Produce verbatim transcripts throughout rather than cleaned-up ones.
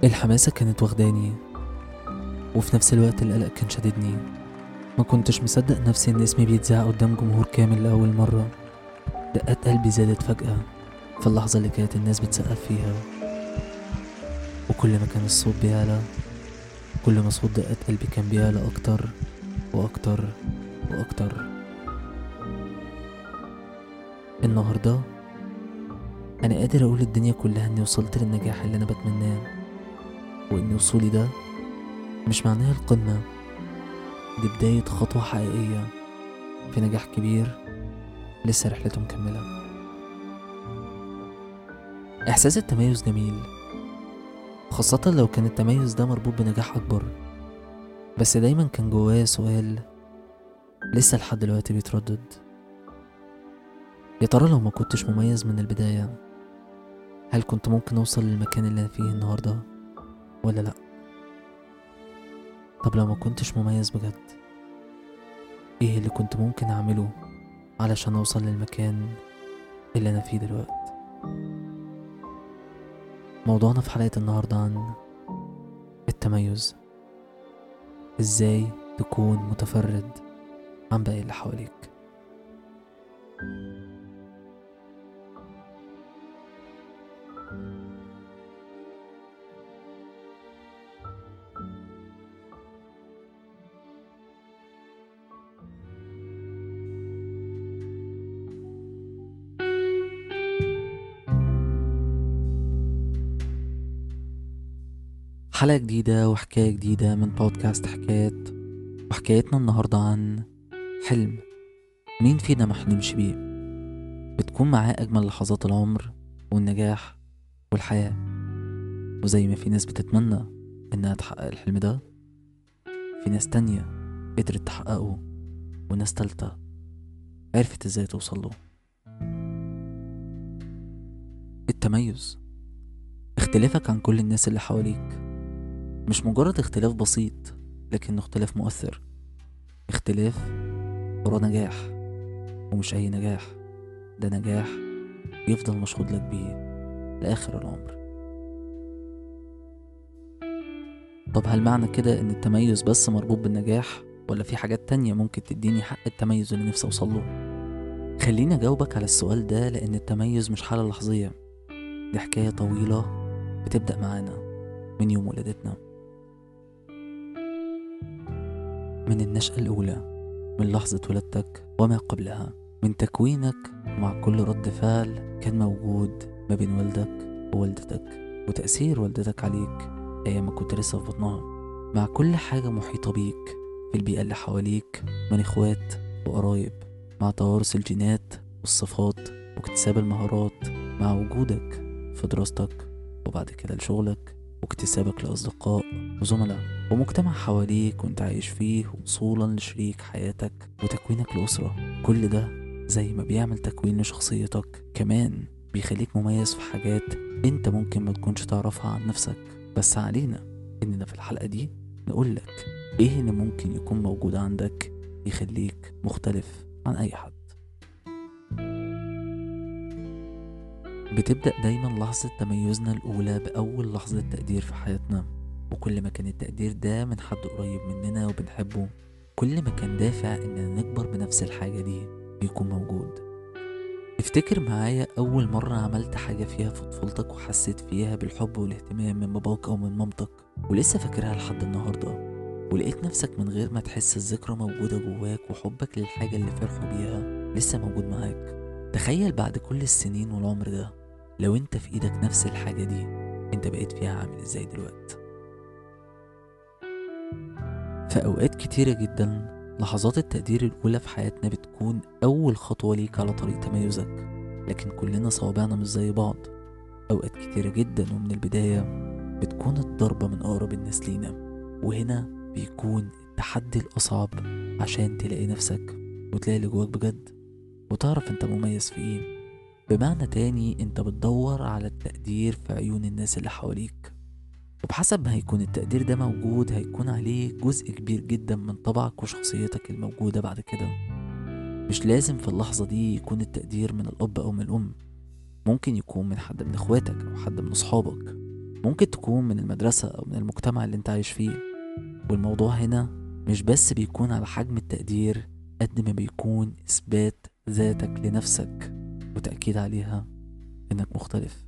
الحماسة كانت واخداني، وفي نفس الوقت القلق كان شددني. ما كنتش مصدق نفسي ان اسمي بيتذاع قدام جمهور كامل لأول مرة. دقات قلبي زادت فجأة في اللحظة اللي كانت الناس بتسقف فيها، وكل ما كان الصوت بيعلى كل ما صوت دقات قلبي كان بيعلى أكتر وأكتر وأكتر. النهاردة أنا قادر أقول الدنيا كلها إني وصلت للنجاح اللي أنا بتمناه، وإن وصولي ده مش معناها القمة، دي بداية خطوة حقيقية في نجاح كبير لسه رحلته مكملة. إحساس التميز جميل، خاصة لو كان التميز ده مربوط بنجاح أكبر، بس دايما كان جوايا سؤال لسه لحد دلوقتي بيتردد: يا ترى لو ما كنتش مميز من البداية هل كنت ممكن أوصل للمكان اللي أنا فيه النهاردة ولا لأ؟ طب لو ما كنتش مميز بجد، إيه اللي كنت ممكن أعمله علشان أوصل للمكان اللي أنا فيه دلوقتي؟ موضوعنا في حلقة النهاردة عن التميز، إزاي تكون متفرد عن باقي اللي حواليك. حلقة جديدة وحكاية جديدة من بودكاست حكايات، وحكايتنا النهاردة عن حلم مين فينا ما حلمش بيه، بتكون معاه أجمل لحظات العمر والنجاح والحياة. وزي ما في ناس بتتمنى إنها تحقق الحلم ده، في ناس تانية قدرت تحققه، وناس تالتة عرفت ازاي توصله. التميز، اختلافك عن كل الناس اللي حواليك مش مجرد اختلاف بسيط، لكنه اختلاف مؤثر، اختلاف ورا نجاح، ومش أي نجاح، ده نجاح يفضل مشهود لك بيه لآخر العمر. طب هل معنى كده ان التميز بس مربوط بالنجاح، ولا في حاجات تانية ممكن تديني حق التميز اللي نفسي اوصله؟ خليني اجاوبك على السؤال ده، لان التميز مش حالة لحظية، دي حكاية طويلة بتبدأ معانا من يوم ولادتنا، من النشأة الأولى، من لحظة ولادتك وما قبلها، من تكوينك مع كل رد فعل كان موجود ما بين والدك ووالدتك، وتأثير والدتك عليك أيام ما كنت لسه في بطنها، مع كل حاجة محيطة بيك في البيئة اللي حواليك من إخوات وقرايب، مع توارث الجينات والصفات واكتساب المهارات، مع وجودك في دراستك وبعد كده لشغلك، واكتسابك لأصدقاء وزملاء ومجتمع حواليك وانت عايش فيه، وصولا لشريك حياتك وتكوينك لأسرة. كل ده زي ما بيعمل تكوين لشخصيتك، كمان بيخليك مميز في حاجات انت ممكن ما تكونش تعرفها عن نفسك. بس علينا اننا في الحلقة دي نقولك ايه اللي ممكن يكون موجود عندك يخليك مختلف عن اي حد. بتبدأ دايما لحظة تميزنا الأولى بأول لحظة تقدير في حياتنا، وكل ما كان التقدير ده من حد قريب مننا وبنحبه، كل ما كان دافع إننا نكبر بنفس الحاجة دي بيكون موجود. افتكر معايا أول مرة عملت حاجة فيها في طفولتك وحسيت فيها بالحب والاهتمام من باباك أو من مامتك، ولسه فاكرها لحد النهاردة، ولقيت نفسك من غير ما تحس الذكرى موجودة جواك، وحبك للحاجة اللي فرحوا بيها لسه موجود معاك. تخيل بعد كل السنين والعمر ده، لو انت في ايدك نفس الحاجة دي، انت بقيت فيها عامل ازاي دلوقتي؟ في اوقات كتيرة جدا لحظات التقدير الاولى في حياتنا بتكون اول خطوة ليك على طريق تميزك، لكن كلنا صوابعنا مش زي بعض. اوقات كتيرة جدا ومن البداية بتكون الضربة من اقرب الناس لينا، وهنا بيكون التحدي الاصعب عشان تلاقي نفسك وتلاقي اللي جواك بجد، وتعرف انت مميز في ايه. بمعنى تاني، انت بتدور على التقدير في عيون الناس اللي حواليك، وبحسب ما هيكون التقدير ده موجود هيكون عليه جزء كبير جدا من طبعك وشخصيتك الموجودة بعد كده. مش لازم في اللحظة دي يكون التقدير من الأب أو من الأم، ممكن يكون من حد من إخواتك أو حد من أصحابك، ممكن تكون من المدرسة أو من المجتمع اللي انت عايش فيه. والموضوع هنا مش بس بيكون على حجم التقدير قد ما بيكون إثبات ذاتك لنفسك وتأكيد عليها إنك مختلف.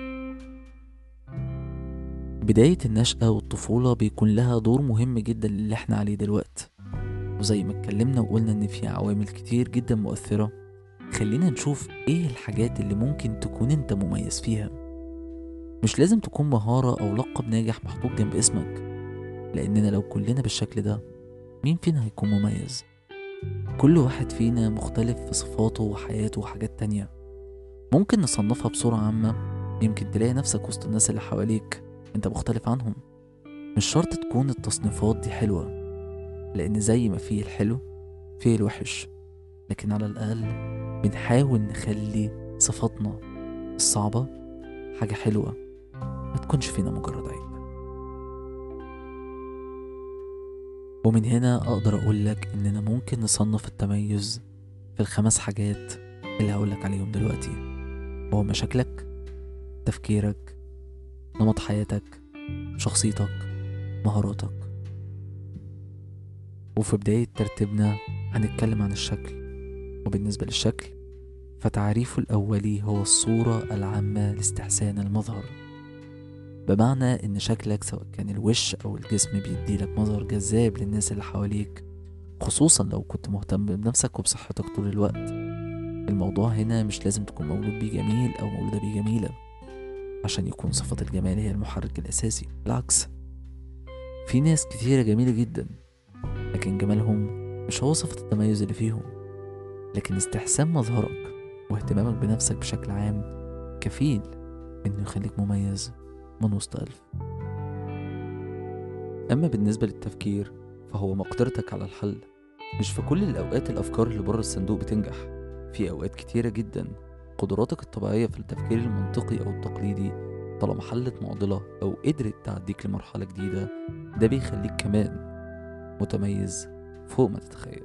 بداية النشأة والطفولة بيكون لها دور مهم جدا للي احنا عليه دلوقتي، وزي ما اتكلمنا وقلنا إن في عوامل كتير جدا مؤثرة. خلينا نشوف ايه الحاجات اللي ممكن تكون انت مميز فيها. مش لازم تكون مهارة أو لقب ناجح محطوط جنب اسمك، لأننا لو كلنا بالشكل ده مين فينا هيكون مميز؟ كل واحد فينا مختلف في صفاته وحياته وحاجات تانية ممكن نصنفها بصورة عامة. يمكن تلاقي نفسك وسط الناس اللي حواليك انت مختلف عنهم. مش شرط تكون التصنيفات دي حلوة، لأن زي ما فيه الحلو فيه الوحش، لكن على الأقل بنحاول نخلي صفاتنا الصعبة حاجة حلوة ما تكونش فينا مجرد عيب. ومن هنا أقدر أقولك إننا ممكن نصنف التميز في الخمس حاجات اللي هقولك عليهم دلوقتي، وهو مشاكلك، تفكيرك، نمط حياتك، شخصيتك، مهاراتك. وفي بداية ترتيبنا هنتكلم عن الشكل. وبالنسبة للشكل فتعريفه الأولي هو الصورة العامة لاستحسان المظهر، بمعنى إن شكلك سواء كان الوش أو الجسم بيديلك مظهر جذاب للناس اللي حواليك، خصوصا لو كنت مهتم بنفسك وبصحتك طول الوقت. الموضوع هنا مش لازم تكون مولود بيه جميل أو مولودة بيه جميلة عشان يكون صفة الجمال هي المحرك الأساسي. بالعكس، في ناس كتيرة جميلة جدا لكن جمالهم مش هو صفة التميز اللي فيهم، لكن استحسان مظهرك واهتمامك بنفسك بشكل عام كفيل إنه يخليك مميز من وسط ألف. أما بالنسبة للتفكير فهو مقدرتك على الحل. مش في كل الأوقات الأفكار اللي بره الصندوق بتنجح، في أوقات كتيرة جدا قدراتك الطبيعية في التفكير المنطقي أو التقليدي طالما حلت معضلة أو قدرت تعديك لمرحلة جديدة، ده بيخليك كمان متميز فوق ما تتخيل.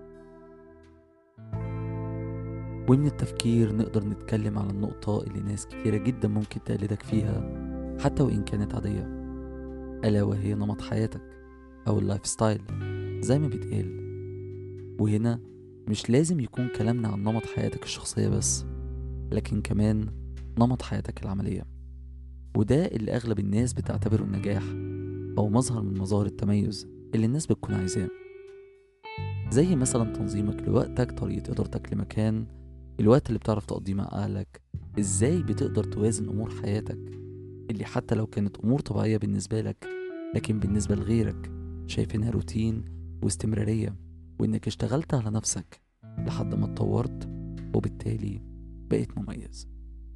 ومن التفكير نقدر نتكلم على النقطة اللي ناس كتيرة جدا ممكن تقلدك فيها حتى وإن كانت عادية، ألا وهي نمط حياتك أو اللايف ستايل زي ما بيتقال. وهنا مش لازم يكون كلامنا عن نمط حياتك الشخصية بس، لكن كمان نمط حياتك العملية، وده اللي أغلب الناس بتعتبره النجاح أو مظهر من مظاهر التميز اللي الناس بتكون عايزاه. زي مثلا تنظيمك لوقتك، طريقة إدارتك لمكان، الوقت اللي بتعرف تقضيه مع أهلك، إزاي بتقدر توازن أمور حياتك اللي حتى لو كانت أمور طبيعية بالنسبة لك لكن بالنسبة لغيرك شايفينها روتين واستمرارية، وإنك اشتغلت على نفسك لحد ما اتطورت وبالتالي بقيت مميز.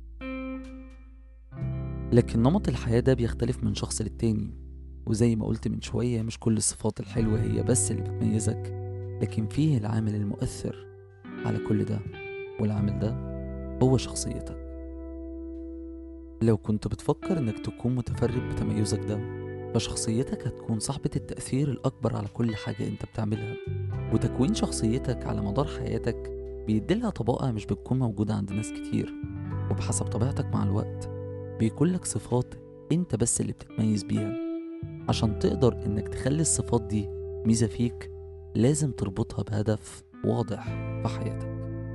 لكن نمط الحياة ده بيختلف من شخص للتاني، وزي ما قلت من شوية مش كل الصفات الحلوة هي بس اللي بتميزك، لكن فيه العامل المؤثر على كل ده، والعامل ده هو شخصيتك. لو كنت بتفكر انك تكون متفرد بتميزك ده، فشخصيتك هتكون صاحبة التأثير الأكبر على كل حاجة انت بتعملها. وتكوين شخصيتك على مدار حياتك بيديلها طبقة مش بتكون موجودة عند ناس كتير، وبحسب طبيعتك مع الوقت بيكون لك صفات انت بس اللي بتتميز بيها. عشان تقدر انك تخلي الصفات دي ميزة فيك لازم تربطها بهدف واضح في حياتك.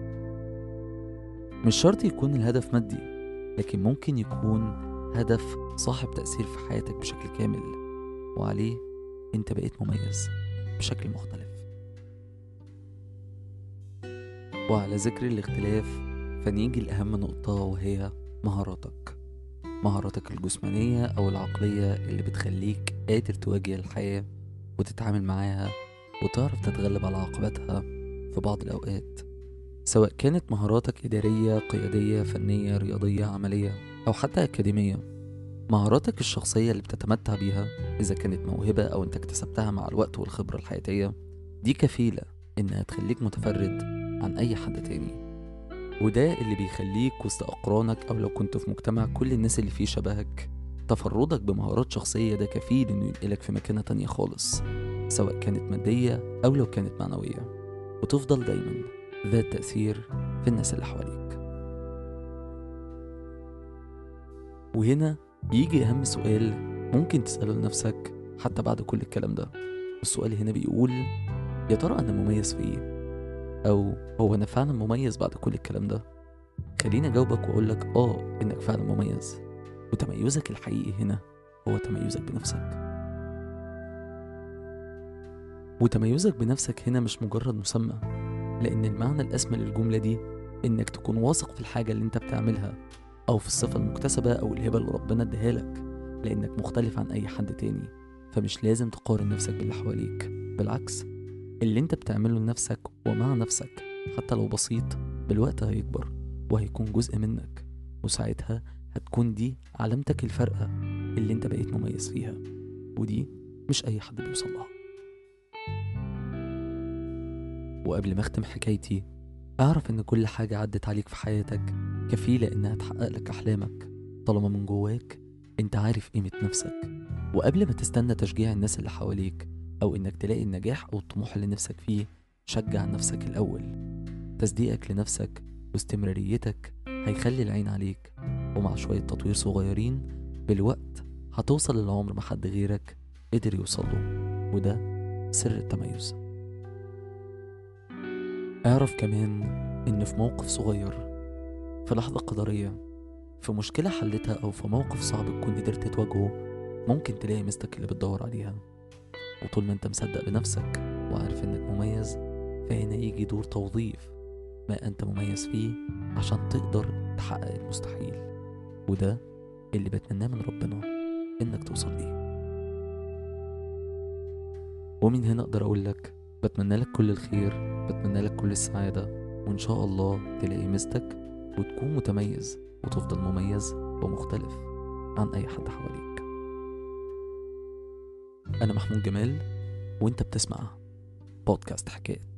مش شرط يكون الهدف مادي، لكن ممكن يكون هدف صاحب تأثير في حياتك بشكل كامل، وعليه انت بقيت مميز بشكل مختلف. وعلى ذكر الاختلاف فنيجي لأهم نقطة، وهي مهاراتك. مهاراتك الجسمانية أو العقلية اللي بتخليك قادر تواجه الحياة وتتعامل معاها وتعرف تتغلب على عقباتها في بعض الأوقات، سواء كانت مهاراتك إدارية، قيادية، فنية، رياضية، عملية، أو حتى أكاديمية. مهاراتك الشخصية اللي بتتمتع بيها إذا كانت موهبة أو أنت اكتسبتها مع الوقت والخبرة الحياتية، دي كفيلة إنها تخليك متفرد عن أي حد تاني. وده اللي بيخليك وسط أقرانك أو لو كنت في مجتمع كل الناس اللي فيه شبهك، تفردك بمهارات شخصية ده كفيل إنه ينقلك في مكانة تانية خالص، سواء كانت مادية أو لو كانت معنوية، وتفضل دايما ذات تأثير في الناس اللي حواليك. وهنا يجي أهم سؤال ممكن تسأله لنفسك حتى بعد كل الكلام ده. السؤال هنا بيقول: يا ترى أنا مميز في إيه؟ أو هو أنا فعلا مميز بعد كل الكلام ده؟ خليني أجاوبك وأقولك آه إنك فعلا مميز، وتميزك الحقيقي هنا هو تميزك بنفسك. وتميزك بنفسك هنا مش مجرد مسمى، لأن المعنى الأسمى للجملة دي إنك تكون واثق في الحاجة اللي أنت بتعملها، أو في الصفة المكتسبة أو الهبة اللي ربنا اداها لك، لأنك مختلف عن أي حد تاني. فمش لازم تقارن نفسك باللي حواليك، بالعكس، اللي أنت بتعمله لنفسك ومع نفسك حتى لو بسيط بالوقت هيكبر وهيكون جزء منك، وساعتها هتكون دي علامتك الفارقة اللي أنت بقيت مميز فيها، ودي مش أي حد بيوصلها. وقبل ما أختم حكايتي، أعرف إن كل حاجة عدت عليك في حياتك كفيلة إنها تحقق لك أحلامك، طالما من جواك أنت عارف قيمة نفسك. وقبل ما تستنى تشجيع الناس اللي حواليك أو إنك تلاقي النجاح أو الطموح اللي نفسك فيه، شجع نفسك الأول. تصديقك لنفسك واستمراريتك هيخلي العين عليك، ومع شوية تطوير صغيرين بالوقت هتوصل للعمر ما حد غيرك قدر يوصله، وده سر التميز. اعرف كمان إن في موقف صغير، في لحظة قدرية، في مشكلة حلتها أو في موقف صعب تكون قدرت تواجهه، ممكن تلاقي مستك اللي بتدور عليها. وطول ما انت مصدق بنفسك وعارف انك مميز، فهنا يجي دور توظيف ما انت مميز فيه عشان تقدر تحقق المستحيل، وده اللي بتمناه من ربنا انك توصل ليه. ومن هنا اقدر اقولك بتمنى لك كل الخير، بتمنى لك كل السعادة، وان شاء الله تلاقي مستك وتكون متميز وتفضل مميز ومختلف عن اي حد حواليك. انا محمود جمال، وانت بتسمع بودكاست حكايات.